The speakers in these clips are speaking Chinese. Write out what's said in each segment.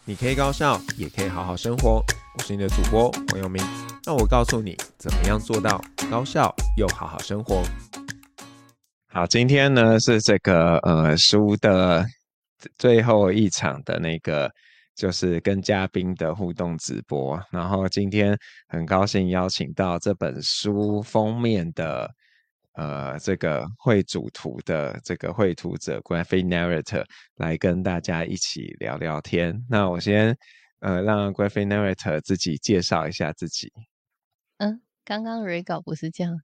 你可以高效，也可以好好生活。我是你的主播黄友明，让我告诉你怎么样做到高效又好好生活。好，今天呢是这个书的最后一场的那个就是跟嘉宾的互动直播，然后今天很高兴邀请到这本书封面的这个绘主图的这个绘图者 Graphic Narrator 来跟大家一起聊聊天。那我先让 Graphic Narrator 自己介绍一下自己。 刚刚 re 稿不是这样。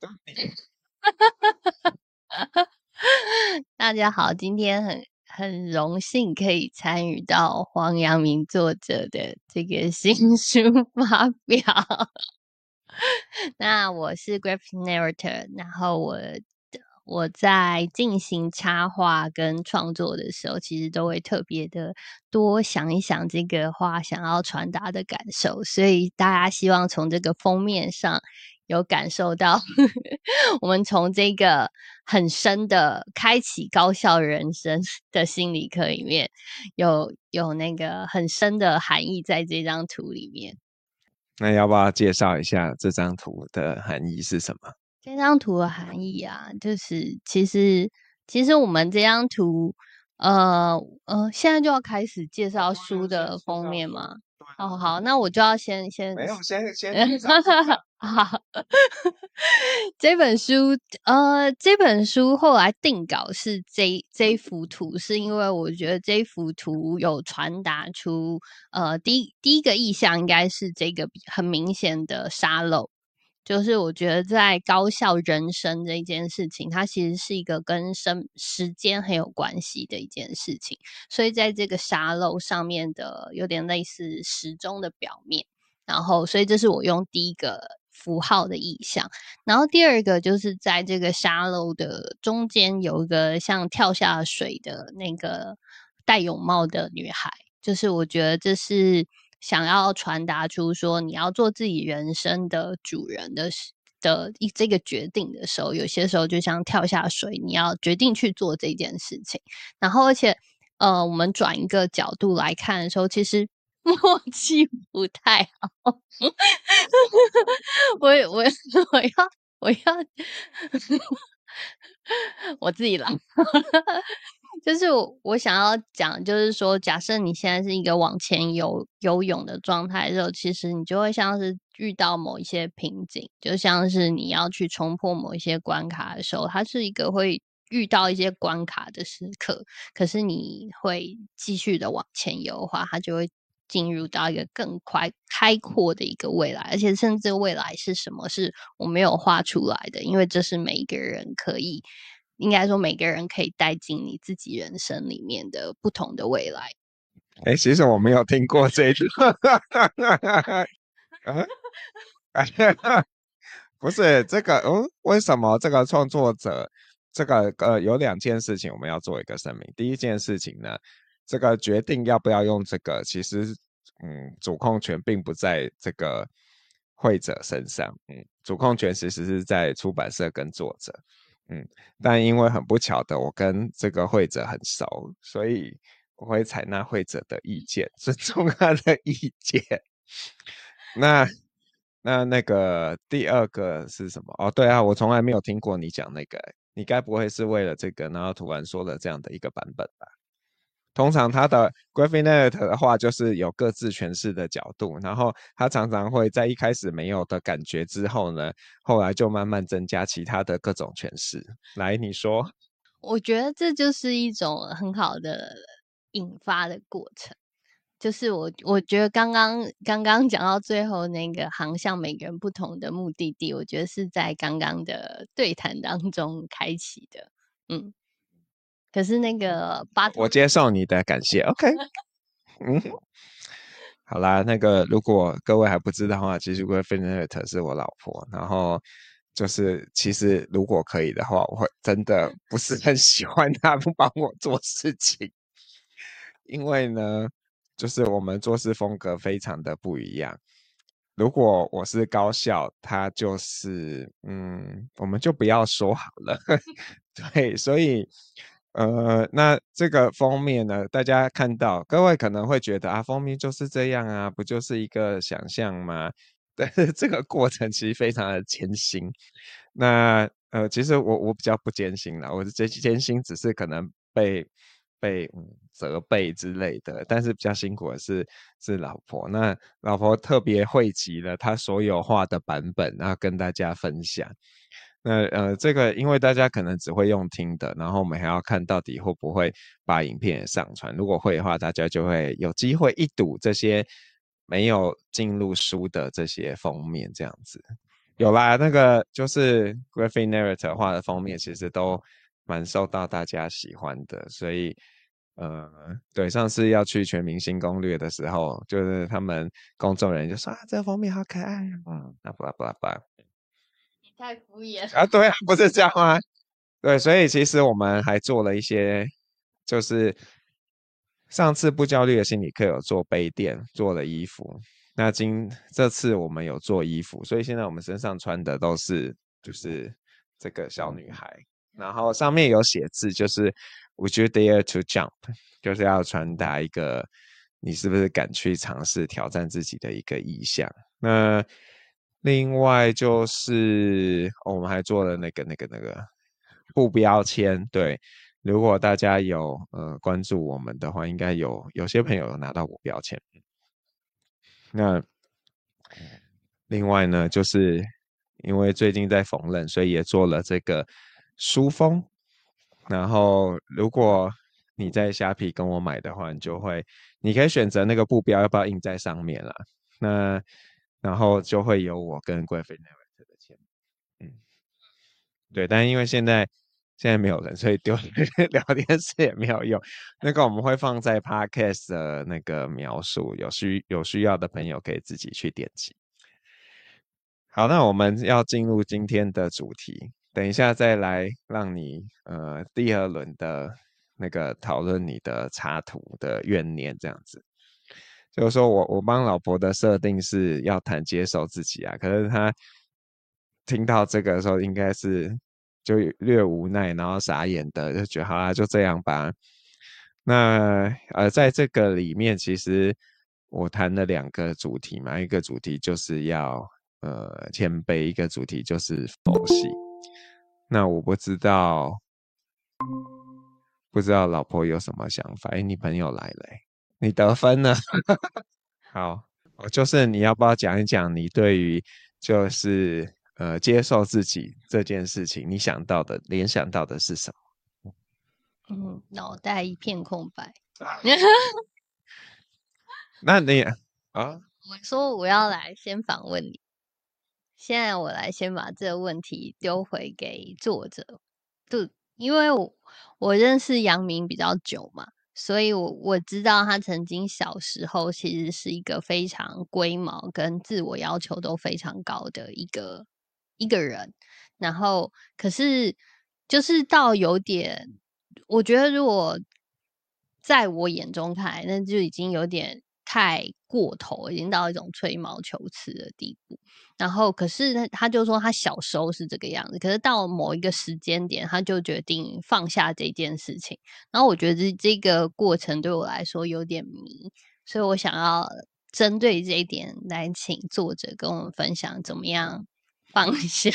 大家好，今天很荣幸可以参与到黄阳明作者的这个新书发表。那我是 graphic narrator， 然后我在进行插画跟创作的时候，其实都会特别的多想一想这个画想要传达的感受，所以大家希望从这个封面上有感受到我们从这个很深的开启高效人生的心理课里面有那个很深的含义在这张图里面。 那要不要介绍一下这张图的含义是什么？ 这张图的含义啊，就是其实我们这张图，现在就要开始介绍书的封面吗？哦，好，那我就要先没有，先好，这本书后来定稿是这幅图，是因为我觉得这幅图有传达出第一个意象应该是这个很明显的沙漏。就是我觉得在高效人生这一件事情，它其实是一个跟时间很有关系的一件事情，所以在这个沙漏上面的有点类似时钟的表面，然后所以这是我用第一个符号的意象，然后第二个就是在这个沙漏的中间有一个像跳下水的那个戴泳帽的女孩，就是我觉得这是想要传达出说你要做自己人生的主人的这个决定的时候，有些时候就像跳下水，你要决定去做这件事情。然后而且我们转一个角度来看的时候，其实默契不太好。我要我自己来。就是我想要讲，就是说，假设你现在是一个往前游泳的状态的时候，其实你就会像是遇到某一些瓶颈，就像是你要去冲破某一些关卡的时候，它是一个会遇到一些关卡的时刻，可是你会继续的往前游的话，它就会进入到一个更开阔的一个未来，而且甚至未来是什么是我没有画出来的，因为这是每一个人应该说每个人可以带进你自己人生里面的不同的未来。 其实我没有听过这一句。不是这个，为什么这个创作者这个有两件事情我们要做一个声明。第一件事情呢，这个决定要不要用这个，其实主控权并不在这个绘者身上，主控权其实是在出版社跟作者，但因为很不巧的，我跟这个绘者很熟，所以我会采纳绘者的意见，尊重他的意见。那个第二个是什么？哦，对啊，我从来没有听过你讲那个，你该不会是为了这个，然后突然说了这样的一个版本吧？通常他的 graphic narrator 的话，就是有各自诠释的角度，然后他常常会在一开始没有的感觉之后呢，后来就慢慢增加其他的各种诠释。来，你说。 我觉得这就是一种很好的引发的过程。就是我觉得刚刚讲到最后那个航向每个人不同的目的地，我觉得是在刚刚的对谈当中开启的。可是那个我接受你的感谢 ，OK。好啦，那个如果各位还不知道的话，其实 Graphic Narrator 是我老婆，然后就是其实如果可以的话，我会真的不是很喜欢她不帮我做事情，因为呢，就是我们做事风格非常的不一样。如果我是高效，他就是我们就不要说好了。对，所以那这个封面呢，大家看到，各位可能会觉得啊，封面就是这样啊，不就是一个想象吗？但是这个过程其实非常的艰辛。那其实我比较不艰辛啦，我的艰辛只是可能被责备之类的，但是比较辛苦的是老婆。那老婆特别汇集了她所有画的版本，然后跟大家分享。那这个因为大家可能只会用听的，然后我们还要看到底会不会把影片也上传。如果会的话，大家就会有机会一睹这些没有进入书的这些封面这样子。有啦，那个就是 Graphic Narrator 画的封面，其实都蛮受到大家喜欢的，所以对，上次要去全明星攻略的时候，就是他们公众人就说啊，这个封面好可爱啊，那不啦不啦不啦。 你太敷衍啊，对啊，不是这样吗？对，所以其实我们还做了一些，就是上次不焦虑的心理课有做杯垫，做了衣服。那这次我们有做衣服，所以现在我们身上穿的都是就是这个小女孩，然后上面有写字，就是 Would you dare to jump？就是要传达一个你是不是敢去尝试挑战自己的一个意向。那另外就是我们还做了那个布标签，对，如果大家有关注我们的话，应该有些朋友有拿到布标签。那另外呢，就是因为最近在缝纫，所以也做了这个书封。然后如果你在虾皮跟我买的话，你可以选择那个布标要不要印在上面啦。那然后就会有我跟贵妃 Narrator 的签名。对，但因为现在没有人，所以丢聊天室也没有用。那个我们会放在 Podcast 的那个描述，有需要的朋友可以自己去点击。好，那我们要进入今天的主题，等一下再来让你第二轮的那个讨论你的插图的怨念这样子。就是说我帮老婆的设定是要谈接受自己啊，可是她听到这个的时候应该是就略无奈，然后傻眼的就觉得好啦，就这样吧。那在这个里面，其实我谈了2个主题嘛，一个主题就是要谦卑，一个主题就是佛系。那我不知道老婆有什么想法？哎，你朋友来了，你得分了。好，就是你要不要讲一讲你对于就是接受自己这件事情，你联想到的是什么？ 脑袋一片空白。 那你啊， 我说我要来先访问你，现在我来先把这个问题丢回给作者，就因为我认识杨明比较久嘛，所以我知道他曾经小时候其实是一个非常龟毛跟自我要求都非常高的一个人，然后可是就是到有点，我觉得如果在我眼中看来，那就已经有点太过头，已经到一种吹毛求疵的地步。然后可是呢，他就说他小时候是这个样子，可是到某一个时间点，他就决定放下这件事情。然后我觉得这个过程对我来说有点迷，所以我想要针对这一点来请作者跟我们分享怎么样放下。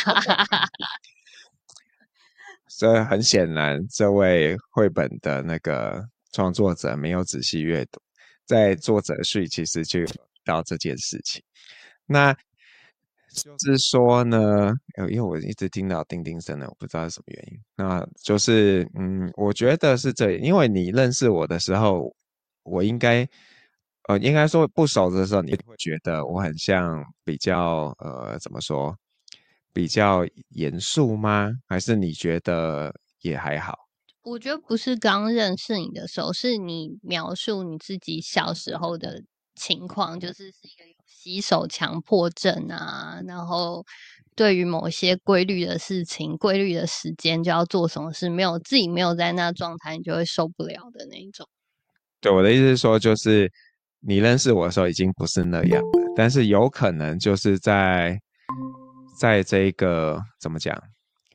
所以很显然，这位绘本的那个创作者没有仔细阅读，在作者序其实就有到这件事情。那就是说呢，因为我一直听到叮叮声的，我不知道是什么原因。那就是我觉得是这样，因为你认识我的时候，我应该说不熟的时候，你会觉得我很像比较怎么说，比较严肃吗？还是你觉得也还好？ 我觉得不是刚认识你的时候，是你描述你自己小时候的情况，就是一个有洗手强迫症啊，然后对于某些规律的事情、规律的时间就要做什么事，自己没有在那状态，你就会受不了的那一种。 对，我的意思是说，就是你认识我的时候已经不是那样了，但是有可能就是在这个怎么讲，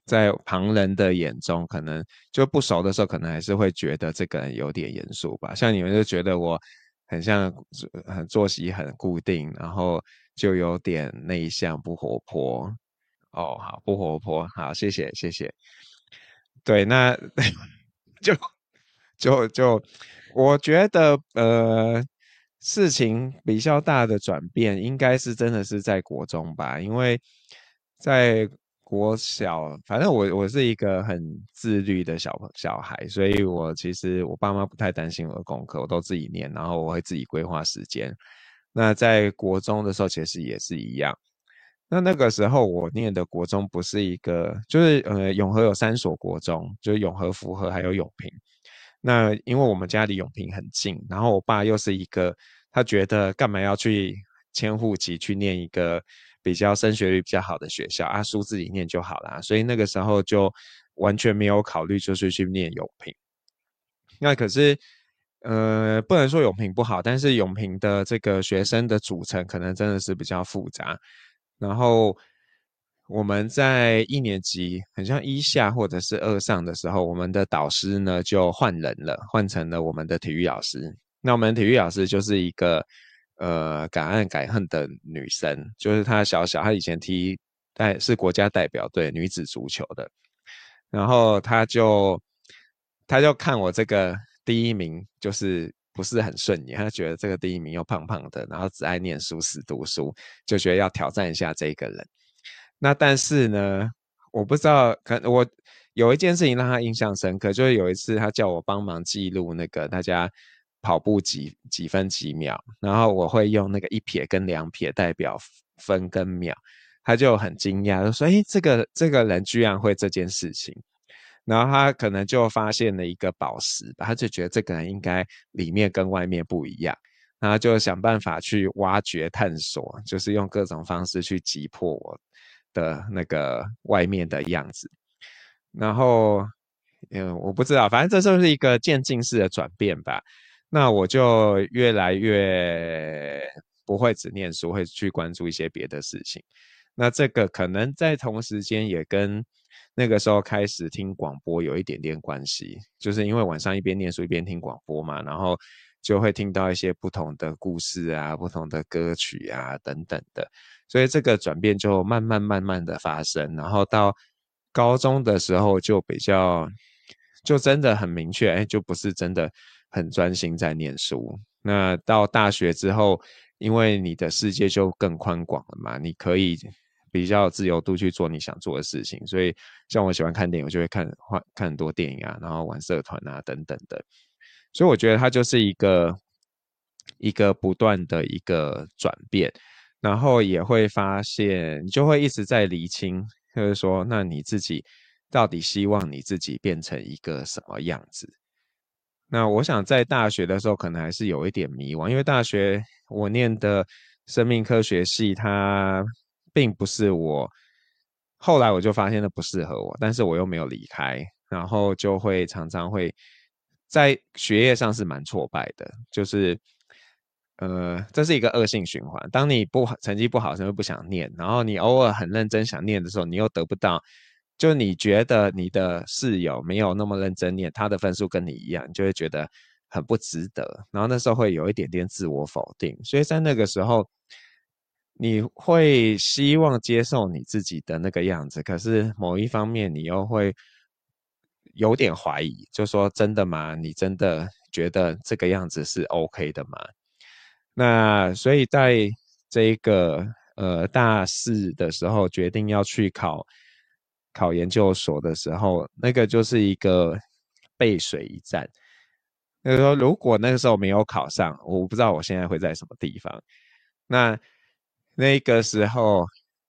在旁人的眼中，可能就不熟的时候，可能还是会觉得这个人有点严肃吧。像你们就觉得我很像很作息很固定，然后就有点内向不活泼。哦，好，不活泼，好，谢谢谢谢。对，那就就我觉得事情比较大的转变，应该是真的是在国中吧，因为在国小，反正我是一个很自律的小孩，所以其实我爸妈不太担心我的功课，我都自己念，然后我会自己规划时间。那在国中的时候，其实也是一样。那个时候我念的国中不是一个，就是永和有3所国中，就是永和、福和还有永平。那因为我们家离永平很近，然后我爸又是一个，他觉得干嘛要去迁户籍去念一个比较升学率比较好的学校啊，书自己念就好啦，所以那个时候就完全没有考虑就是去念永平。那可是，不能说永平不好，但是永平的这个学生的组成可能真的是比较复杂。然后我们在1年级，很像1下或者是2上的时候，我们的导师呢就换人了，换成了我们的体育老师。那我们体育老师就是一个敢爱敢恨的女生，就是她小小，她以前是国家代表队女子足球的。然后他就看我这个第一名就是不是很顺眼，他觉得这个第一名又胖胖的，然后只爱念书死读书，就觉得要挑战一下这个人。那但是呢，我不知道，我有一件事情让他印象深刻，就是有一次他叫我帮忙记录那个大家跑步几分几秒，然后我会用那个1撇跟2撇代表分跟秒，他就很惊讶，就说：“诶，这个人居然会这件事情。”然后他可能就发现了一个宝石吧，他就觉得这个人应该里面跟外面不一样，然后就想办法去挖掘探索，就是用各种方式去击破我的那个外面的样子。然后，我不知道，反正这就是一个渐进式的转变吧。那我就越来越不会只念书，会去关注一些别的事情。那这个可能在同时间也跟那个时候开始听广播有一点点关系，就是因为晚上一边念书一边听广播嘛，然后就会听到一些不同的故事啊、不同的歌曲啊等等的，所以这个转变就慢慢的发生，然后到高中的时候就比较，就真的很明确，就不是真的很专心在念书。那到大学之后，因为你的世界就更宽广了嘛，你可以比较自由度去做你想做的事情。所以像我喜欢看电影，我就会看很多电影啊，然后玩社团啊等等的。所以我觉得它就是一个不断的一个转变，然后也会发现，你就会一直在厘清，就是说，那你自己到底希望你自己变成一个什么样子？那我想在大学的时候，可能还是有一点迷惘，因为大学我念的生命科学系，它并不是我，后来我就发现那不适合我，但是我又没有离开，然后就会常常会在学业上是蛮挫败的，就是这是一个恶性循环。当你成绩不好的时候不想念，然后你偶尔很认真想念的时候，你又得不到，就你觉得你的室友没有那么认真念，他的分数跟你一样，你就会觉得很不值得，然后那时候会有一点点自我否定，所以在那个时候，你会希望接受你自己的那个样子，可是某一方面你又会有点怀疑，就说真的吗？你真的觉得这个样子是 OK 的吗？那所以在这一个大四的时候，决定要去考研究所的时候，那个就是一个背水一战。那个时候如果那个时候没有考上，我不知道我现在会在什么地方。那那个时候，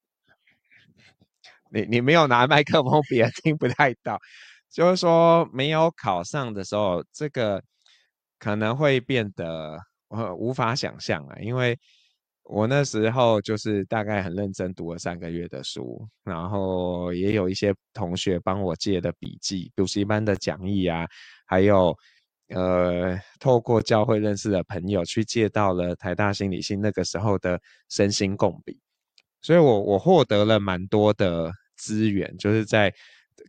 你没有拿麦克风，别人听不太到。就是说没有考上的时候，这个可能会变得无法想象啊，因为我那时候就是大概很认真读了3个月的书，然后也有一些同学帮我借的笔记、补习班的讲义啊，还有透过教会认识的朋友去借到了台大心理系那个时候的身心共笔。所以我获得了蛮多的资源，就是在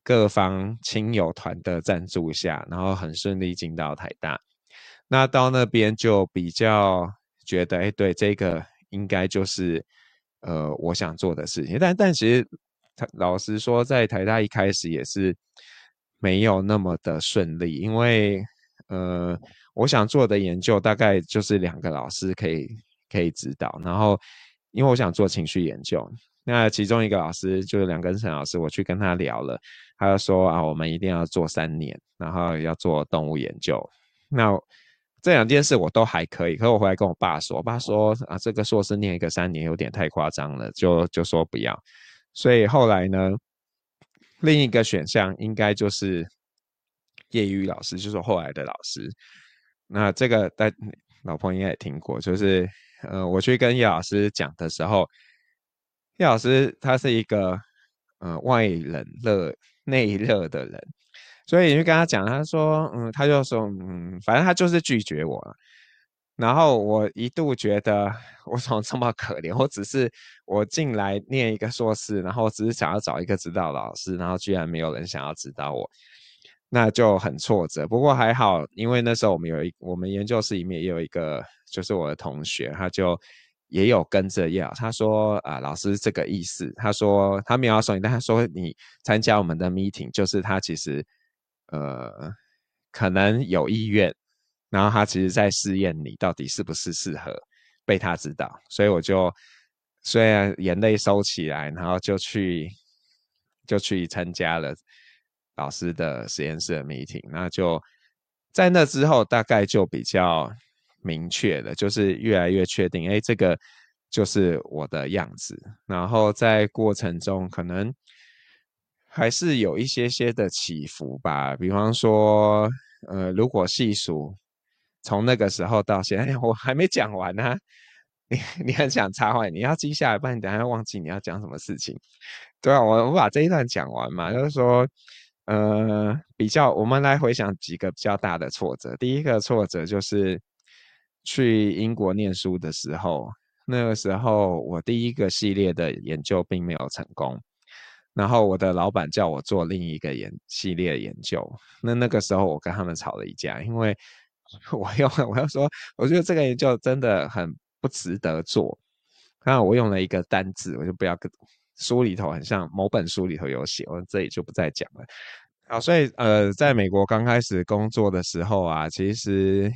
各方亲友团的赞助下，然后很顺利进到台大。那到那边就比较觉得，哎，对，这个应该就是我想做的事情。但其实老实说，在台大一开始也是没有那么的顺利，因为我想做的研究大概就是2个老师可以指导，然后因为我想做情绪研究，那其中一个老师就是梁根成老师，我去跟他聊了，他就说啊，我们一定要做3年，然后要做动物研究。那这2件事我都还可以，可是我回来跟我爸说，我爸说啊，这个硕士念一个3年有点太夸张了，就说不要。所以后来呢，另一个选项应该就是业余老师，就是我后来的老师。那这个老朋友应该也听过，就是我去跟叶老师讲的时候，叶老师他是一个外冷内热的人，所以你就跟他讲，他就说反正他就是拒绝我了。然后我一度觉得我怎么这么可怜？我进来念一个硕士，然后只是想要找一个指导老师，然后居然没有人想要指导我，那就很挫折。不过还好，因为那时候我们研究室里面也有一个就是我的同学，他就也有跟着要，他说啊，老师这个意思，他说他没有要收你，但他说你参加我们的 meeting，就是他其实可能有意愿。然后他其实在试验你到底是不是适合被他指导，所以我就虽然眼泪收起来，然后就去参加了老师的实验室的 meeting，那就在那之后大概就比较明确了，就是越来越确定，哎，这个就是我的样子。然后在过程中可能还是有一些的起伏吧，比方说，如果细数从那个时候到现在，我还没讲完呢、啊。你很想插话，你要记下来，不然你等下忘记你要讲什么事情。对啊，我把这一段讲完嘛，就是说，我们来回想几个比较大的挫折。第一个挫折就是去英国念书的时候，那个时候我第一个系列的研究并没有成功，然后我的老板叫我做另一个系列研究，那个时候我跟他们吵了一架，因为我要说，我觉得这个研究真的很不值得做。那我用了一个单字，我就不要跟书里头很像某本书里头有写，我这里就不再讲了。好，所以在美国刚开始工作的时候啊，其实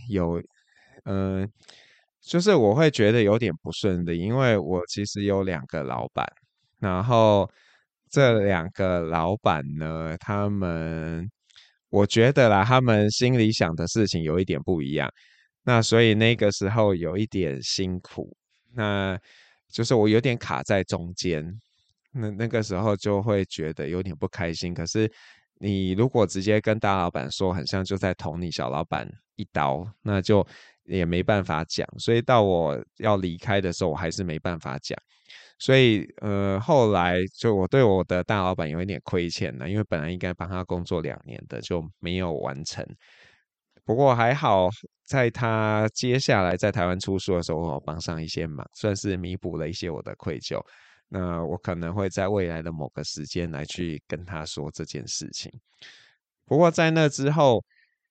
就是我会觉得有点不顺利，因为我其实有2个老板，然后这2个老板呢，我觉得啦，他们心里想的事情有一点不一样，那所以那个时候有一点辛苦，那就是我有点卡在中间，那个时候就会觉得有点不开心。可是你如果直接跟大老板说，很像就在捅你小老板一刀，那就也没办法讲。所以到我要离开的时候，我还是没办法讲。所以后来就我对我的大老板有一点亏欠了，因为本来应该帮他工作2年的就没有完成。不过还好，在他接下来在台湾出书的时候，我帮上一些忙，算是弥补了一些我的愧疚。那我可能会在未来的某个时间来去跟他说这件事情。不过在那之后，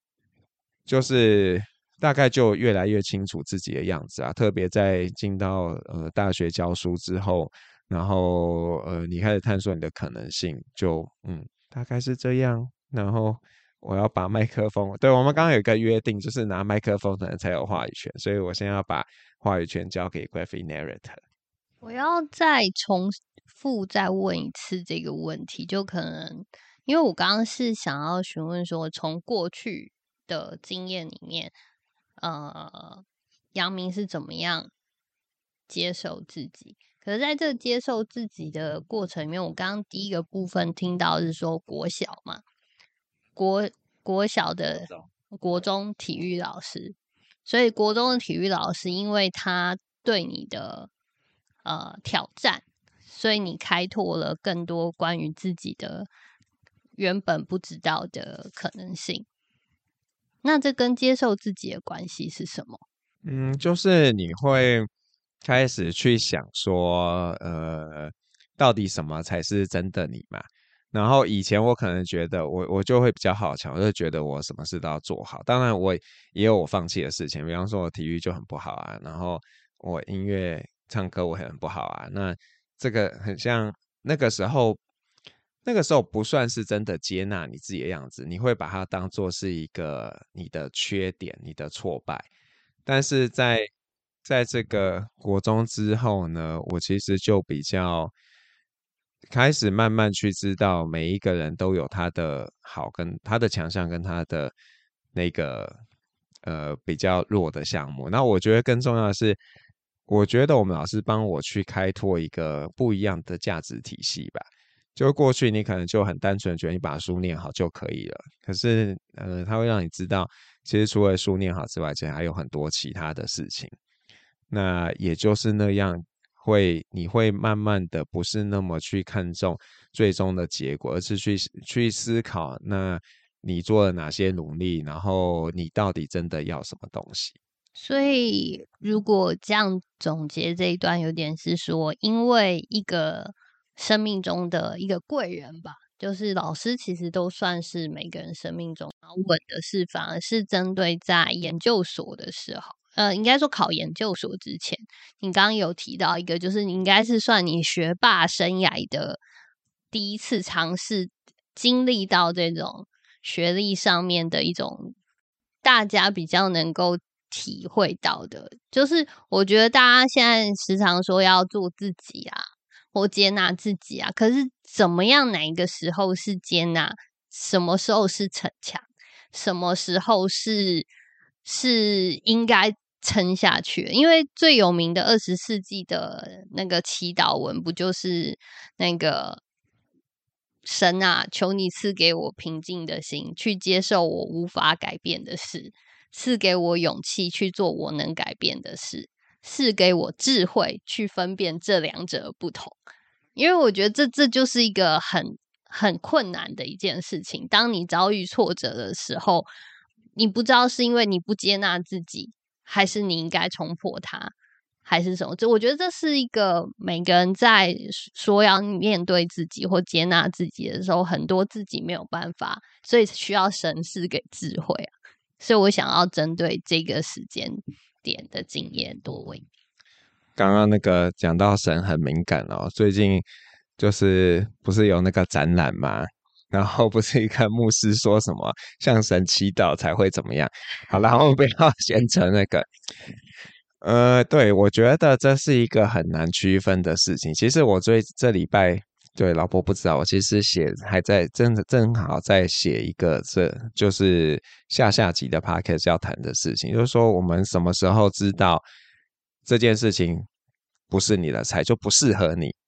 就是大概就越来越清楚自己的样子啊，特别在进到大学教书之后，然后你开始探索你的可能性，大概是这样。然后我要把麦克风，对，我们刚刚有一个约定，就是拿麦克风的人才有话语权，所以我现在要把话语权交给 Graphic Narrator。 我要再重复再问一次这个问题，就可能因为我刚刚是想要询问说，从过去的经验里面，阳明是怎么样接受自己？可是在这接受自己的过程里面，我刚刚第一个部分听到是说国小嘛，国小的国中体育老师，所以国中的体育老师，因为他对你的挑战，所以你开拓了更多关于自己的原本不知道的可能性。那这跟接受自己的关系是什么？ 就是你会开始去想说，到底什么才是真的你嘛？ 然后以前我可能觉得我就会比较好强，我就觉得我什么事都要做好。当然我也有我放弃的事情，比方说我体育就很不好啊，然后我音乐唱歌我很不好啊。那这个很像那个时候，那个时候不算是真的接纳你自己的样子，你会把它当做是一个你的缺点、你的挫败。但是在这个国中之后呢，我其实就比较开始慢慢去知道每一个人都有他的好跟他的强项跟他的那个比较弱的项目。那我觉得更重要的是，我觉得我们老师帮我去开拓一个不一样的价值体系吧。就过去你可能就很单纯地觉得你把书念好就可以了，可是他会让你知道，其实除了书念好之外，其实还有很多其他的事情。那也就是那样你会慢慢的不是那么去看重最终的结果，而是去思考，那你做了哪些努力，然后你到底真的要什么东西。 所以如果这样总结这一段，有点是说，因为一个生命中的一个贵人吧，就是老师其实都算是每个人生命中稳的是，反而是针对在研究所的时候。应该说考研究所之前，你刚刚有提到一个，就是你应该是算你学霸生涯的第一次尝试经历到这种学历上面的一种大家比较能够体会到的。就是我觉得大家现在时常说要做自己啊，或接纳自己啊，可是怎么样哪一个时候是接纳，什么时候是逞强，什么时候是应该撑下去。因为最有名的20世纪的那个祈祷文，不就是那个神啊，求你赐给我平静的心，去接受我无法改变的事，赐给我勇气去做我能改变的事，赐给我智慧去分辨这两者的不同。因为我觉得这就是一个很困难的一件事情。当你遭遇挫折的时候，你不知道是因为你不接纳自己，还是你应该冲破它，还是什么。我觉得这是一个每个人在说要面对自己或接纳自己的时候，很多自己没有办法，所以需要神赐给智慧啊。所以我想要针对这个时间点的经验多问。 刚刚那个讲到神很敏感哦，最近就是不是有那个展览吗？然后不是一个牧师说什么向神祈祷才会怎么样？好啦，我们不要先成那个。对，我觉得这是一个很难区分的事情。其实我这礼拜，对，老婆不知道，我其实还在正好在写一个，这就是下集的 podcast 要谈的事情，就是说我们什么时候知道这件事情不是你的菜，就不适合你。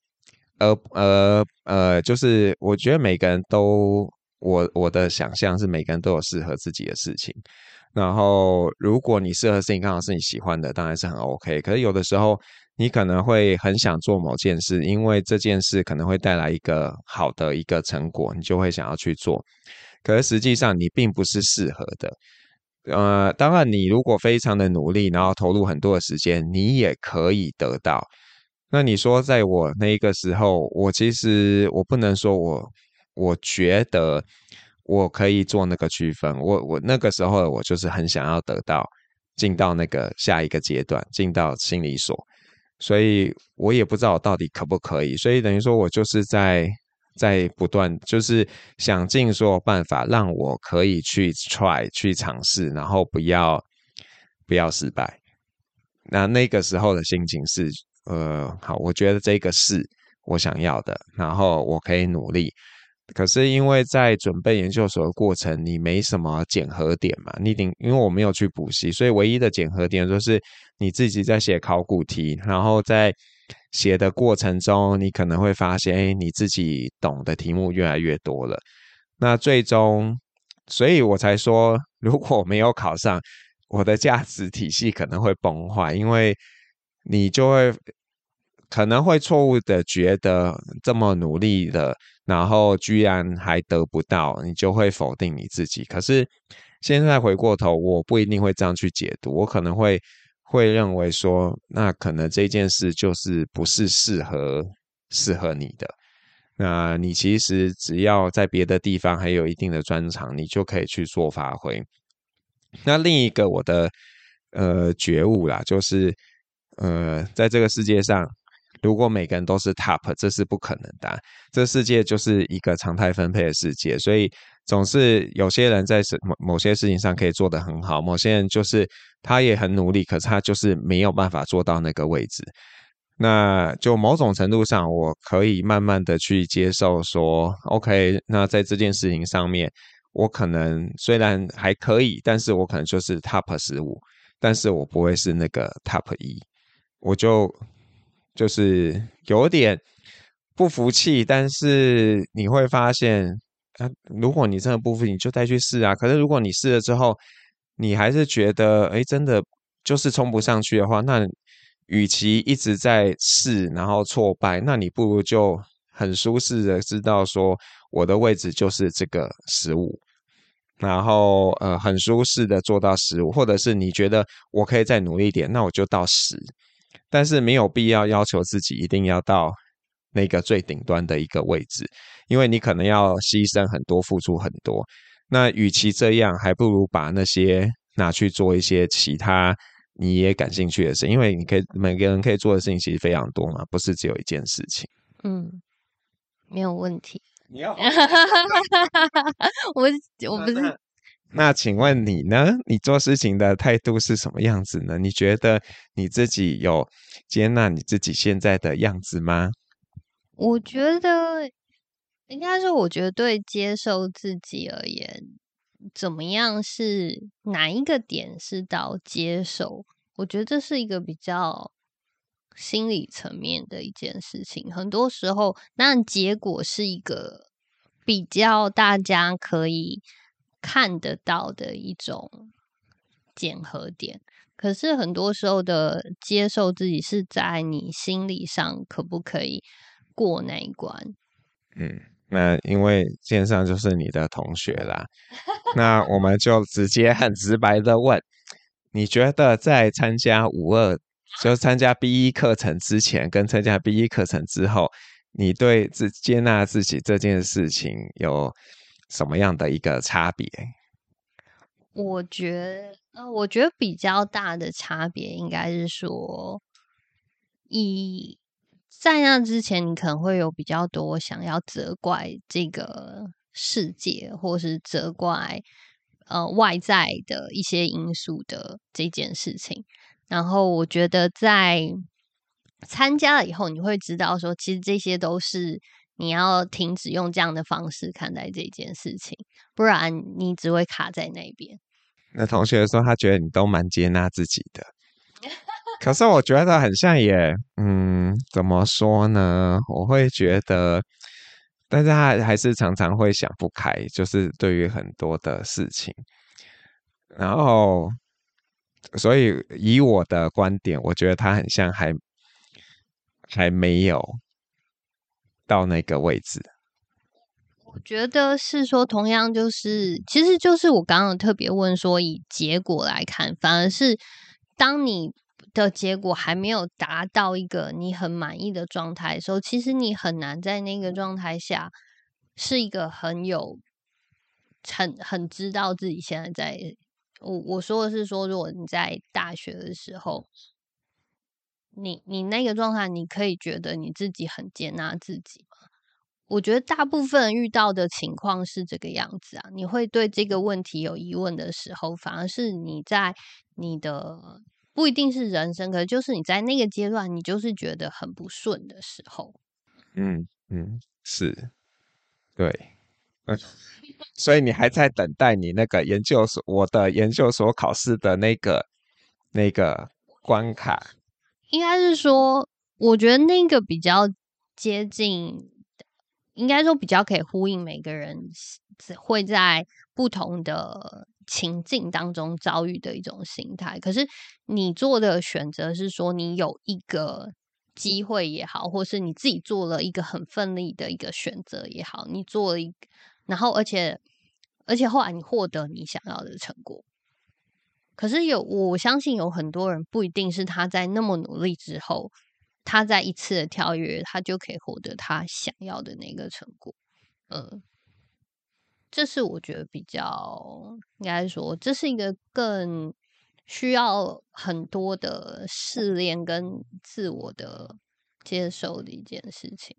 就是我觉得每个人都，我的想象是每个人都有适合自己的事情。然后，如果你适合的事情刚好是你喜欢的，当然是很 OK。可是有的时候，你可能会很想做某件事，因为这件事可能会带来一个好的一个成果，你就会想要去做。可是实际上你并不是适合的。当然，你如果非常的努力，然后投入很多的时间，你也可以得到。那你说，在我那个时候，其实我不能说我觉得我可以做那个区分。我那个时候我就是很想要得到进到那个下一个阶段，进到心理所，所以我也不知道我到底可不可以。所以等于说我就是在不断，就是想尽所有办法让我可以去 try 去尝试，然后不要失败。那个时候的心情是，好，我觉得这个是我想要的，然后我可以努力。可是因为在准备研究所的过程，你没什么检核点嘛，因为我没有去补习，所以唯一的检核点就是你自己在写考古题，然后在写的过程中，你可能会发现，哎，你自己懂的题目越来越多了。那最终，所以我才说，如果我没有考上，我的价值体系可能会崩坏，因为你就会可能会错误的觉得这么努力的，然后居然还得不到，你就会否定你自己。可是现在回过头，我不一定会这样去解读，我可能会认为说，那可能这件事就是不是适合你的。 那你其实只要在别的地方还有一定的专长，你就可以去做发挥。那另一个我的觉悟啦，就是在这个世界上，如果每个人都是 top，这是不可能的啊。这世界就是一个常态分配的世界，所以总是有些人在某些事情上可以做得很好，某些人就是他也很努力，可是他就是没有办法做到那个位置。那就某种程度上，我可以慢慢的去接受说，OK，那在这件事情上面，我可能虽然还可以，但是我可能就是 top 15，但是我不会是那个 top 1，我就是有点不服气，但是你会发现，如果你真的不服气，你就再去试啊。可是如果你试了之后，你还是觉得，哎，真的就是冲不上去的话，那与其一直在试，然后挫败，那你不如就很舒适的知道说，我的位置就是这个15，然后很舒适的做到15，或者是你觉得我可以再努力一点，那我就到10，但是没有必要要求自己一定要到那个最顶端的一个位置，因为你可能要牺牲很多，付出很多。那与其这样，还不如把那些拿去做一些其他你也感兴趣的事，因为每个人可以做的事情其实非常多嘛，不是只有一件事情。 嗯，没有问题。 你要我不是那请问你呢？你做事情的态度是什么样子呢？你觉得你自己有接纳你自己现在的样子吗？ 我觉得应该说，我觉得对接受自己而言，怎么样是哪一个点是到接受？我觉得这是一个比较心理层面的一件事情。很多时候，那结果是一个比较大家可以看得到的一种检核点。可是很多时候的接受自己是在你心理上可不可以过那一关？ 嗯，那因为线上就是你的同学啦，那我们就直接很直白的问，你觉得在参加52，就参加 B1 课程之前跟参加 B1 课程之后，你对接纳自己这件事情有什么样的一个差别？ 我觉得比较大的差别应该是说，以在那之前，你可能会有比较多想要责怪这个世界，或是责怪外在的一些因素的这件事情。然后我觉得在参加了以后，你会知道说，其实这些都是你要停止用这样的方式看待这件事情，不然你只会卡在那边。 那同学说他觉得你都蛮接纳自己的，可是我觉得很像也，怎么说呢？我会觉得，但是他还是常常会想不开，就是对于很多的事情，然后，所以以我的观点，我觉得他很像还没有到那个位置。 我觉得是说，同样就是，其实就是我刚刚特别问说，以结果来看，反而是当你的结果还没有达到一个你很满意的状态的时候，其实你很难在那个状态下是一个很知道自己现在在。我说的是说，如果你在大学的时候，你那个状态，你可以觉得你自己很接纳自己。我觉得大部分遇到的情况是这个样子啊，你会对这个问题有疑问的时候，反而是你在你的不一定是人生，可是就是你在那个阶段，你就是觉得很不顺的时候。 是，对，所以你还在等待你那个我的研究所考试的那个关卡。 应该是说，我觉得那个比较接近，应该说比较可以呼应每个人会在不同的情境当中遭遇的一种心态。可是你做的选择是说，你有一个机会也好，或是你自己做了一个很奋力的一个选择也好，你做了然后而且后来你获得你想要的成果。可是我相信有很多人不一定是他在那么努力之后， 他在一次的跳跃，他就可以获得他想要的那个成果。这是我觉得比较应该说，这是一个更需要很多的试炼跟自我的接受的一件事情。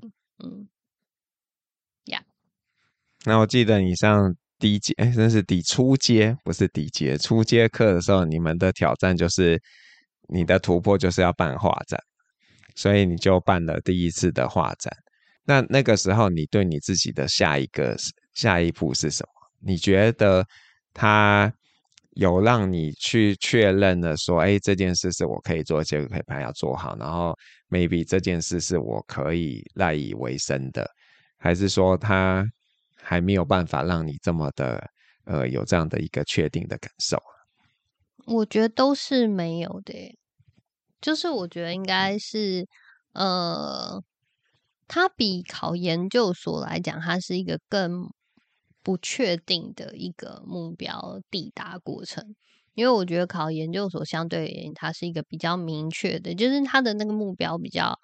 那我记得你上低阶，真是初阶，不是低阶，初阶课的时候，你们的挑战就是你的突破就是要办画展，所以你就办了第一次的画展。那个时候，你对你自己的下一步是什么？你觉得他有让你去确认了说，哎，这件事是我可以做，这个可以把它做好，然后 maybe 这件事是我可以赖以为生的，还是说他还没有办法让你这么的有这样的一个确定的感受？ 我觉得都是没有的耶，就是我觉得应该是它比考研究所来讲，它是一个更不确定的一个目标抵达过程。因为我觉得考研究所相对而言，它是一个比较明确的，就是它的那个目标比较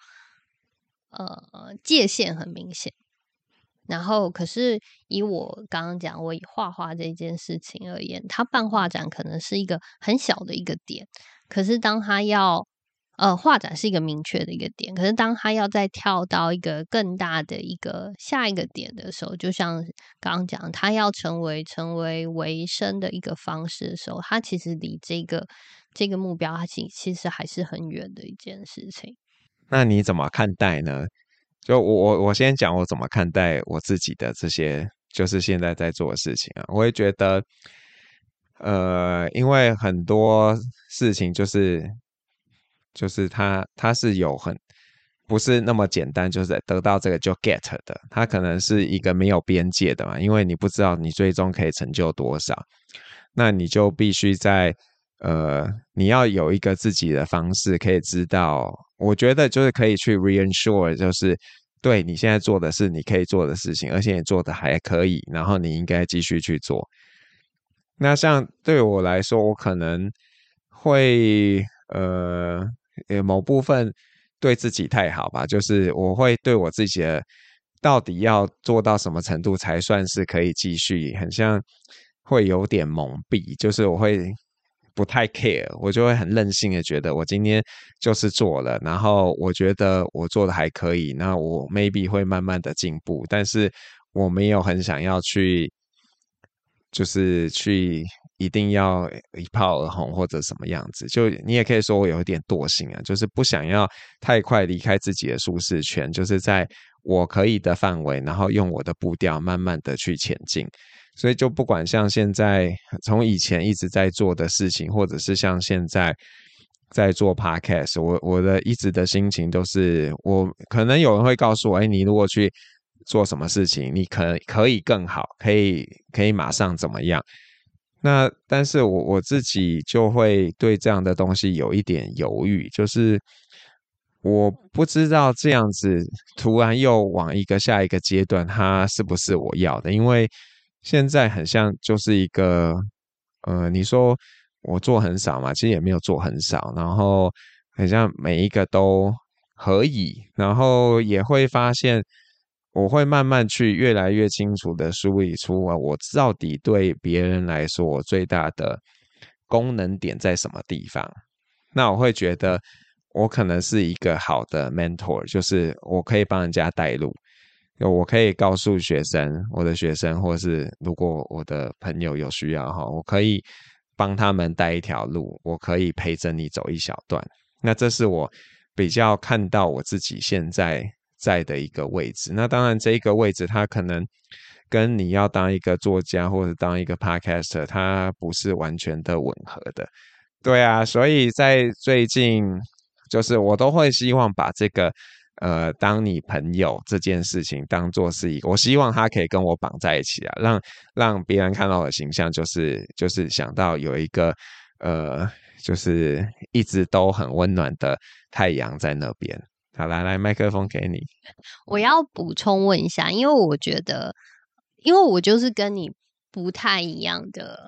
界限很明显。然后，可是以我刚刚讲，我以画画这件事情而言，他办画展可能是一个很小的一个点，可是当他要画展是一个明确的一个点，可是当他要再跳到一个更大的一个下一个点的时候，就像刚刚讲，他要成为维生的一个方式的时候，他其实离这个目标，它其实还是很远的一件事情。 那你怎么看待呢？就我先讲我怎么看待我自己的这些，就是现在在做的事情啊。我会觉得，因为很多事情就是它是有不是那么简单，就是得到这个就 get 的，它可能是一个没有边界的嘛，因为你不知道你最终可以成就多少，那你就必须你要有一个自己的方式，可以知道，我觉得就是可以去 reassure，就是对你现在做的是你可以做的事情，而且你做的还可以，然后你应该继续去做。那像对我来说，我可能会某部分对自己太好吧，就是我会对我自己的到底要做到什么程度才算是可以继续，很像会有点蒙蔽，就是我会不太 care，我就会很任性的觉得我今天就是做了，然后我觉得我做的还可以，那我 maybe 会慢慢的进步，但是我没有很想要去。就是去一定要一炮而红或者什么样子，就你也可以说我有一点惰性啊，就是不想要太快离开自己的舒适圈，就是在我可以的范围，然后用我的步调慢慢的去前进。所以就不管像现在从以前一直在做的事情，或者是像现在在做 podcast，我的一直的心情都是，我可能有人会告诉我，哎，你如果去做什么事情，你可以更好，可以马上怎么样？那但是我自己就会对这样的东西有一点犹豫，就是我不知道这样子突然又往下一个阶段，它是不是我要的？因为现在很像就是一个，你说我做很少嘛，其实也没有做很少，然后很像每一个都可以，然后也会发现，我会慢慢去越来越清楚的梳理出啊，我到底对别人来说，我最大的功能点在什么地方。那我会觉得，我可能是一个好的 mentor，就是我可以帮人家带路，我可以告诉我的学生，或是如果我的朋友有需要哈，我可以帮他们带一条路，我可以陪着你走一小段。那这是我比较看到我自己现在的一个位置。那当然，这一个位置它可能跟你要当一个作家或者当一个 podcaster，它不是完全的吻合的。对啊，所以在最近，就是我都会希望把这个当你朋友这件事情当做是一个，我希望他可以跟我绑在一起啊，让别人看到我的形象就是想到有一个就是一直都很温暖的太阳在那边。好，来，麦克风给你。 我要补充问一下，因为我觉得，因为我就是跟你不太一样的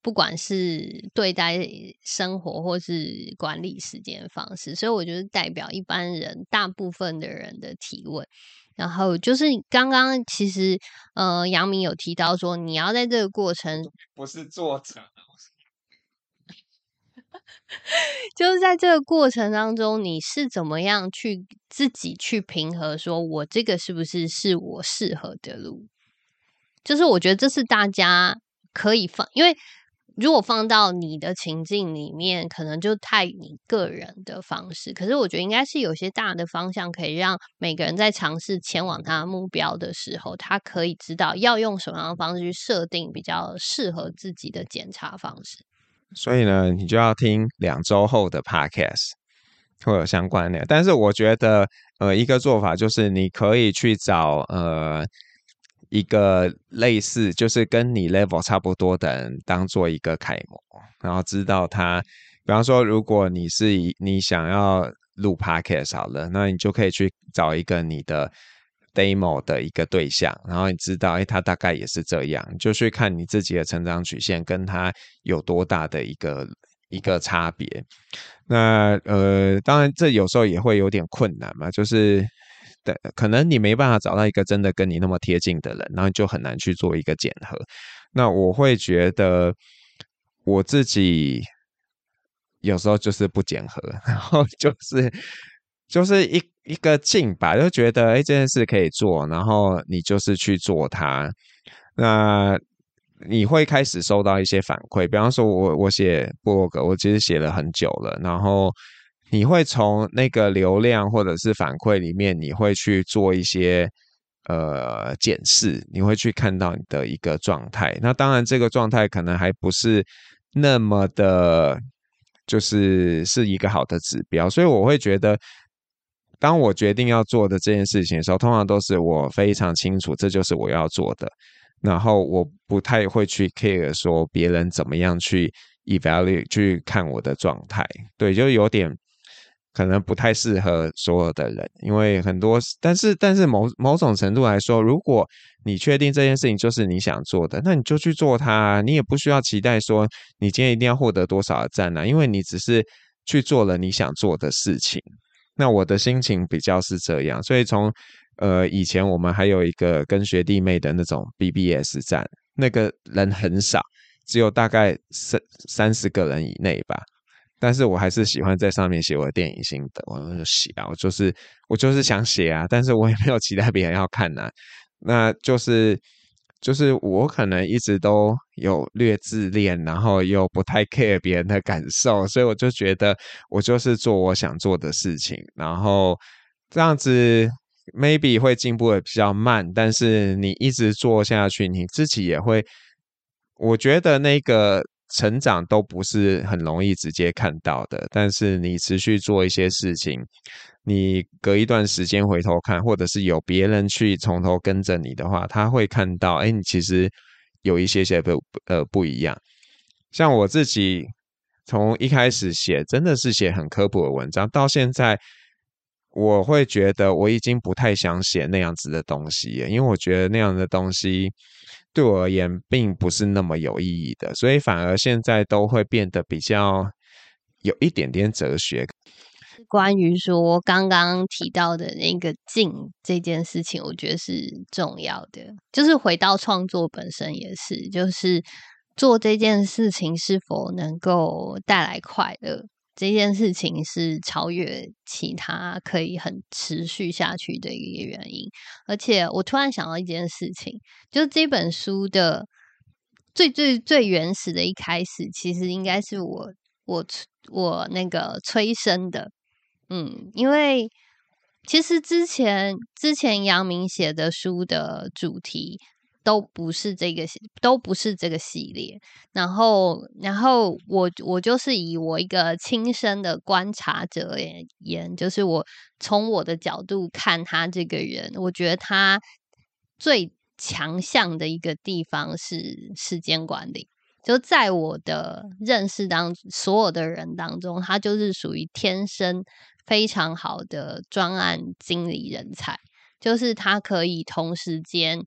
不管是对待生活或是管理时间的方式，所以我觉得代表一般人大部分的人的提问。然后就是刚刚其实杨明有提到说，你要在这个过程不是作者， 就是在这个过程当中，你是怎么样去自己去平衡，说我这个是不是我适合的路？就是我觉得这是大家可以放，因为如果放到你的情境里面，可能就太你个人的方式。可是我觉得应该是有些大的方向，可以让每个人在尝试前往他的目标的时候，他可以知道要用什么样的方式去设定比较适合自己的检查方式。 所以呢，你就要听2周后的 podcast 会有相关的内容。但是我觉得，一个做法就是你可以去找一个类似就是跟你 level 差不多的人当做一个楷模，然后知道他，比方说，如果你想要录 podcast 好了，那你就可以去找一个你的 demo 的一个对象，然后你知道，他大概也是这样，你就去看你自己的成长曲线跟他有多大的一个差别。那当然这有时候也会有点困难嘛，就是可能你没办法找到一个真的跟你那么贴近的人，然后就很难去做一个检核。那我会觉得我自己有时候就是不检核，然后就是一个劲吧，就觉得这件事可以做，然后你就是去做它。那你会开始收到一些反馈，比方说我写部落格，我其实写了很久了，然后你会从那个流量或者是反馈里面，你会去做一些检视，你会去看到你的一个状态。那当然这个状态可能还不是那么的，是一个好的指标，所以我会觉得。当我决定要做的这件事情的时候，通常都是我非常清楚这就是我要做的，然后我不太会去 care 说别人怎么样去 evaluate 去看我的状态，对，就有点可能不太适合所有的人，因为很多，但是某种程度来说，如果你确定这件事情就是你想做的，那你就去做它啊，你也不需要期待说你今天一定要获得多少的赞啊，因为你只是去做了你想做的事情。那我的心情比较是这样，所以从以前我们还有一个跟学弟妹的那种 BBS 站，那个人很少，只有大概30个人以内吧。但是我还是喜欢在上面写我的电影心得，我就写啊，我就是想写啊，但是我也没有期待别人要看啊。那就是我可能一直都有略自恋，然后又不太 care 别人的感受，所以我就觉得我就是做我想做的事情，然后这样子 maybe 会进步的比较慢，但是你一直做下去，你自己也会，我觉得那个成长都不是很容易直接看到的，但是你持续做一些事情，你隔一段时间回头看，或者是有别人去从头跟着你的话，他会看到，你其实有一些不一样。像我自己从一开始写，真的是写很科普的文章，到现在我会觉得我已经不太想写那样子的东西了，因为我觉得那样的东西对我而言并不是那么有意义的，所以反而现在都会变得比较有一点点哲学。 关于说刚刚提到的那个静这件事情，我觉得是重要的。就是回到创作本身也是，就是做这件事情是否能够带来快乐，这件事情是超越其他可以很持续下去的一个原因。而且我突然想到一件事情，就是这本书的最原始的一开始，其实应该是我那个催生的。因为其实之前杨明写的书的主题都不是这个系列，然后我就是以我一个亲身的观察者而言，就是我从我的角度看他这个人，我觉得他最强项的一个地方是时间管理。就在我的认识所有的人当中，他就是属于天生非常好的专案经理人才，就是他可以同时间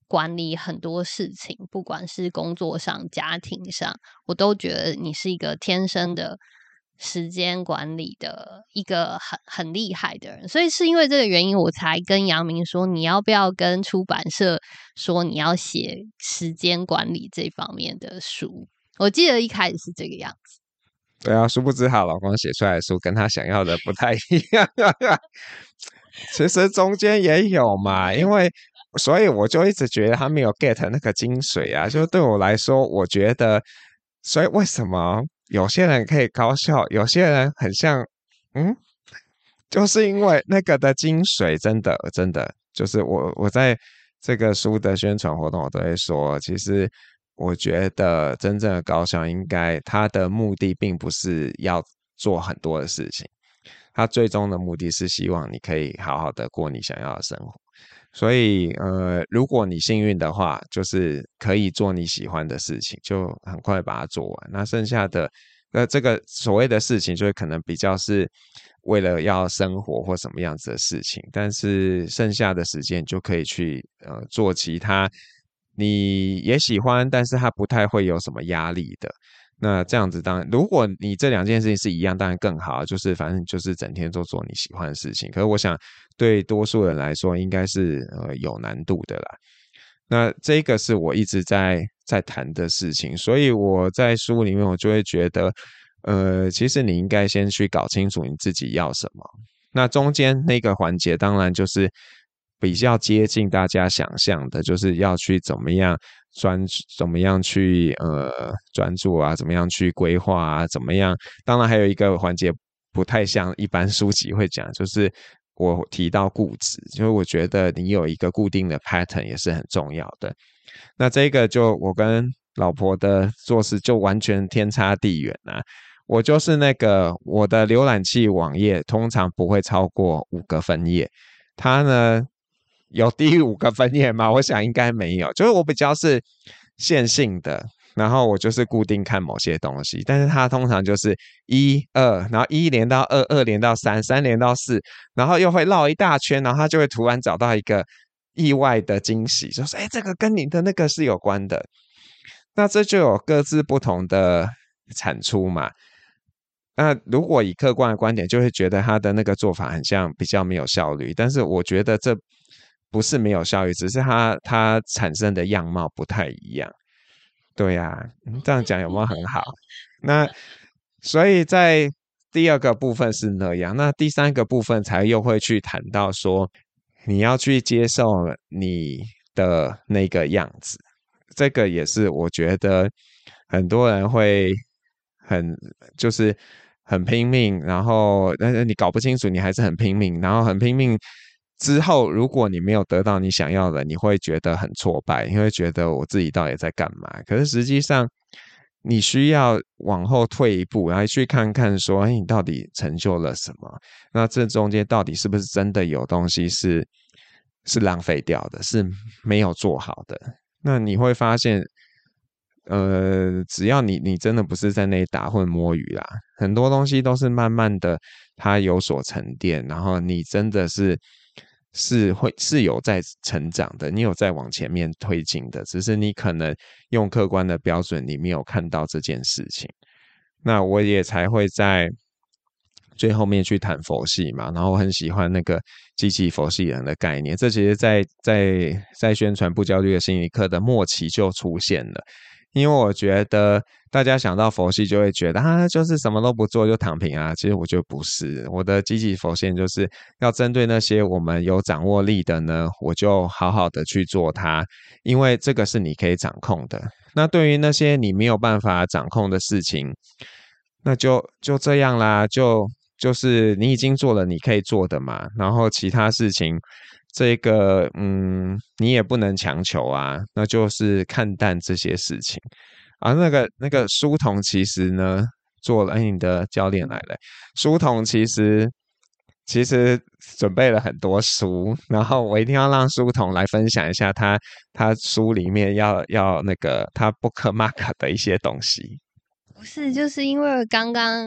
管理很多事情，不管是工作上、家庭上，我都觉得你是一个天生的时间管理的一个很厉害的人。所以是因为这个原因，我才跟阳明说，你要不要跟出版社说你要写时间管理这方面的书？我记得一开始是这个样子。 对啊，殊不知她老公写出来的书跟她想要的不太一样。其实中间也有嘛，所以我就一直觉得他没有 get 那个精髓啊。就对我来说，我觉得，所以为什么有些人可以高效，有些人很像，就是因为那个的精髓，真的就是我在这个书的宣传活动，我都会说，其实我觉得真正的高效，应该它的目的并不是要做很多的事情，它最终的目的是希望你可以好好的过你想要的生活。所以如果你幸运的话，就是可以做你喜欢的事情，就很快把它做完。那剩下的这个所谓的事情，就是可能比较是为了要生活或什么样子的事情，但是剩下的时间就可以去做其他你也喜欢，但是它不太会有什么压力的。那这样子当然，如果你这两件事情是一样，当然更好，就是反正就是整天都做你喜欢的事情。可是我想，对多数人来说，应该是有难度的啦。那这个是我一直在谈的事情，所以我在书里面我就会觉得，其实你应该先去搞清楚你自己要什么。那中间那个环节，当然就是比较接近大家想象的，就是要去怎么样去专注啊，怎么样去规划啊，怎么样。当然还有一个环节不太像一般书籍会讲，就是我提到固执，就是我觉得你有一个固定的 pattern 也是很重要的。那这个就我跟老婆的做事就完全天差地远啊。我就是那个我的浏览器网页通常不会超过5个分页，它呢有低于5个分页吗？我想应该没有，就是我比较是线性的，然后我就是固定看某些东西，但是它通常就是1、2，然后1连到2，2连到3，3连到4，然后又会绕一大圈，然后它就会突然找到一个意外的惊喜，就是这个跟你的那个是有关的，那这就有各自不同的产出嘛。那如果以客观的观点，就会觉得他的那个做法很像比较没有效率，但是我觉得这不是没有效率，只是它产生的样貌不太一样。对呀，这样讲有没有很好？那所以在第二个部分是那样，那第三个部分才又会去谈到说，你要去接受你的那个样子。这个也是我觉得很多人会很就是很拼命，然后但是你搞不清楚，你还是很拼命，然后很拼命之后，如果你没有得到你想要的，你会觉得很挫败，你会觉得我自己到底在干嘛？可是实际上，你需要往后退一步，然后去看看说，你到底成就了什么？那这中间到底是不是真的有东西是浪费掉的，是没有做好的？那你会发现，只要你真的不是在那里打混摸鱼啦，很多东西都是慢慢的它有所沉淀，然后你真的是有在成长的，你有在往前面推进的，只是你可能用客观的标准你没有看到这件事情。那我也才会在最后面去谈佛系嘛，然后我很喜欢那个机器佛系人的概念，这其实在宣传不焦虑的心理课的末期就出现了。因为我觉得大家想到佛系就会觉得就是什么都不做就躺平啊，其实我觉得不是，我的积极佛系就是要针对那些我们有掌握力的呢，我就好好的去做它，因为这个是你可以掌控的。那对于那些你没有办法掌控的事情，那就这样啦，就是你已经做了你可以做的嘛，然后其他事情这个你也不能强求啊，那就是看淡这些事情啊。那个书童其实呢做了，你的教练来了，书童其实准备了很多书，然后我一定要让书童来分享一下他书里面要那个他 bookmark 的一些东西。 不是，就是因为刚刚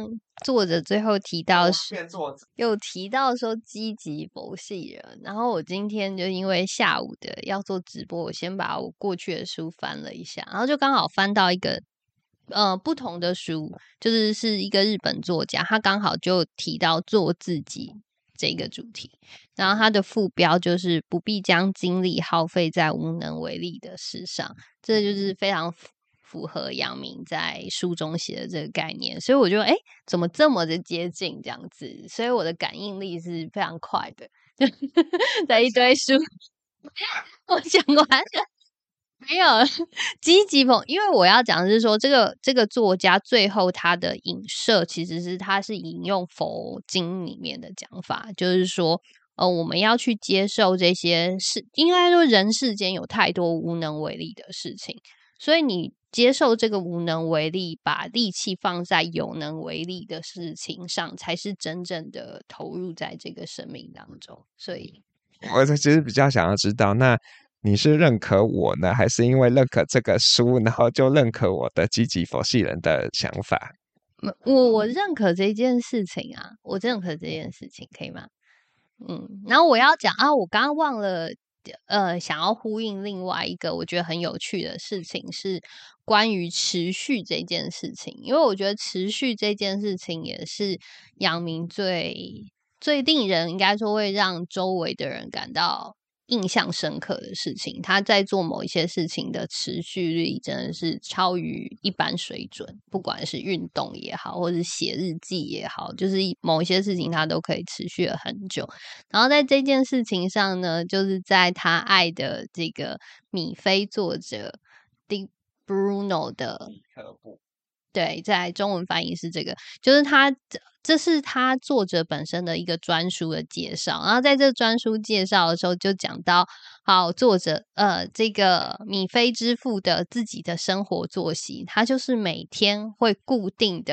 作者最后提到有提到说积极佛系人，然后我今天就因为下午的要做直播，我先把我过去的书翻了一下，然后就刚好翻到一个不同的书，是一个日本作家，他刚好就提到做自己这个主题，然后他的副标就是不必将精力耗费在无能为力的事上，这就是非常符合阳明在书中写的这个概念，所以我就怎么这么的接近这样子，所以我的感应力是非常快的，在一堆书我讲完没有积极风，因为我要讲的是说，这个作家最后他的影射其实是他是引用佛经里面的讲法，就是说，我们要去接受这些事，应该说人世间有太多无能为力的事情，所以你接受这个无能为力，把力气放在有能为力的事情上，才是真正的投入在这个生命当中。所以， 我其实比较想要知道，那你是认可我呢，还是因为认可这个书，然后就认可我的积极佛系人的想法？ 我认可这件事情啊，我认可这件事情，可以吗？然后我要讲啊，我刚刚忘了，想要呼应另外一个我觉得很有趣的事情，是关于持续这件事情，因为我觉得持续这件事情也是阳明最令人应该说会让周围的人感到印象深刻的事情，他在做某一些事情的持续力真的是超于一般水准，不管是运动也好，或是写日记也好，就是某一些事情他都可以持续了很久。然后在这件事情上呢，就是在他爱的这个米菲作者 Dick Bruno 的对，在中文翻译是这个，就是这是他作者本身的一个专书的介绍。然后在这专书介绍的时候，就讲到，好，作者这个米菲之父的自己的生活作息，他就是每天会固定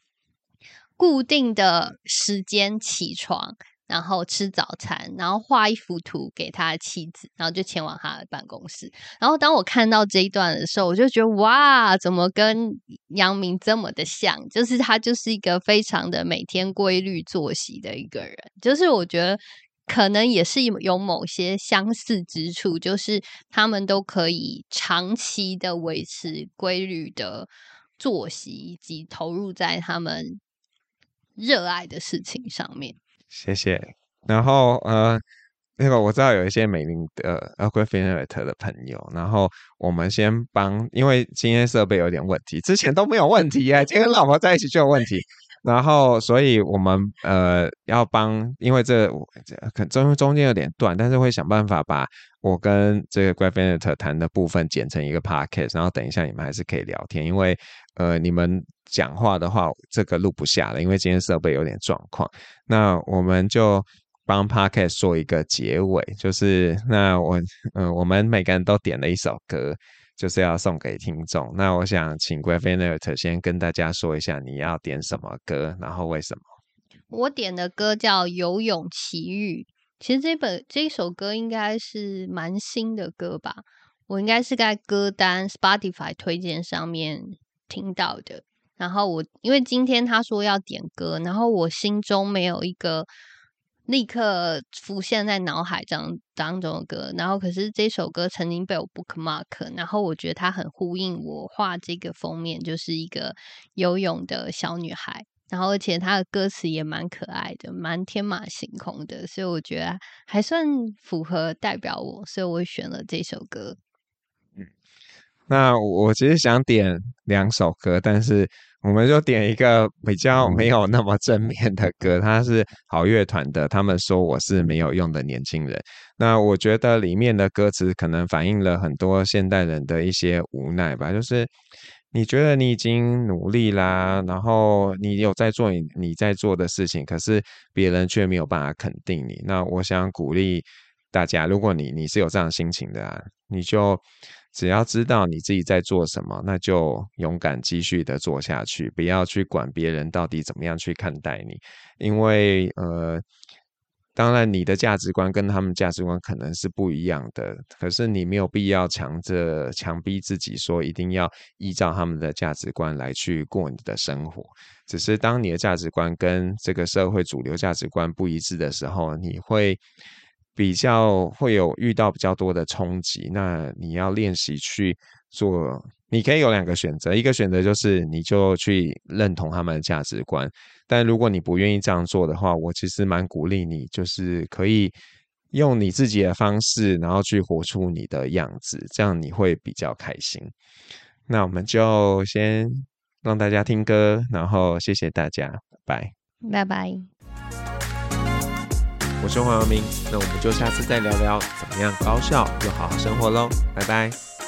的时间起床，然后吃早餐，然后画一幅图给他的妻子，然后就前往他的办公室。然后当我看到这一段的时候，我就觉得哇，怎么跟阳明这么的像？就是他就是一个非常的每天规律作息的一个人，就是我觉得可能也是有某些相似之处，就是他们都可以长期的维持规律的作息，以及投入在他们热爱的事情上面。 谢谢。然后那个我知道有一些美名的Griffin 的朋友，然后我们先因为今天设备有点问题，之前都没有问题耶，今天跟老婆在一起就有问题，然后所以我们要因为可能中间有点断，但是会想办法把我跟这个 Griffin 谈的部分剪成一个 podcast， 然后等一下你们还是可以聊天，因为你们讲话的话这个录不下了，因为今天设备有点状况，那我们就帮 podcast 做一个结尾，就是我们每个人都点了一首歌，就是要送给听众。那我想请 Griffin 先跟大家说一下你要点什么歌，然后为什么。 我点的歌叫《游泳奇遇》，其实这一首歌应该是蛮新的歌吧，我应该是在歌单 Spotify 推荐上面听到的。然后因为今天他说要点歌，然后我心中没有一个立刻浮现在脑海当中的歌，然后可是这首歌曾经被我 bookmark， 然后我觉得它很呼应我画这个封面，就是一个游泳的小女孩，然后而且它的歌词也蛮可爱的，蛮天马行空的，所以我觉得还算符合代表我，所以我选了这首歌。 那我其实想点2首歌，但是我们就点一个比较没有那么正面的歌，它是好乐团的，他们说我是没有用的年轻人。那我觉得里面的歌词可能反映了很多现代人的一些无奈吧，就是你觉得你已经努力啦，然后你有在做你在做的事情，可是别人却没有办法肯定你。那我想鼓励大家，如果你是有这样的心情的啊，你就只要知道你自己在做什么，那就勇敢继续的做下去，不要去管别人到底怎么样去看待你，因为当然你的价值观跟他们价值观可能是不一样的，可是你没有必要强逼自己说一定要依照他们的价值观来去过你的生活。只是当你的价值观跟这个社会主流价值观不一致的时候，你会有遇到比较多的冲击。那你要练习去做，你可以有2个选择，一个选择就是你就去认同他们的价值观，但如果你不愿意这样做的话，我其实蛮鼓励你，就是可以用你自己的方式，然后去活出你的样子，这样你会比较开心。那我们就先让大家听歌，然后谢谢大家，拜拜。 拜拜。 我是黄阳明，那我们就下次再聊聊怎么样高效又好好生活咯，拜拜。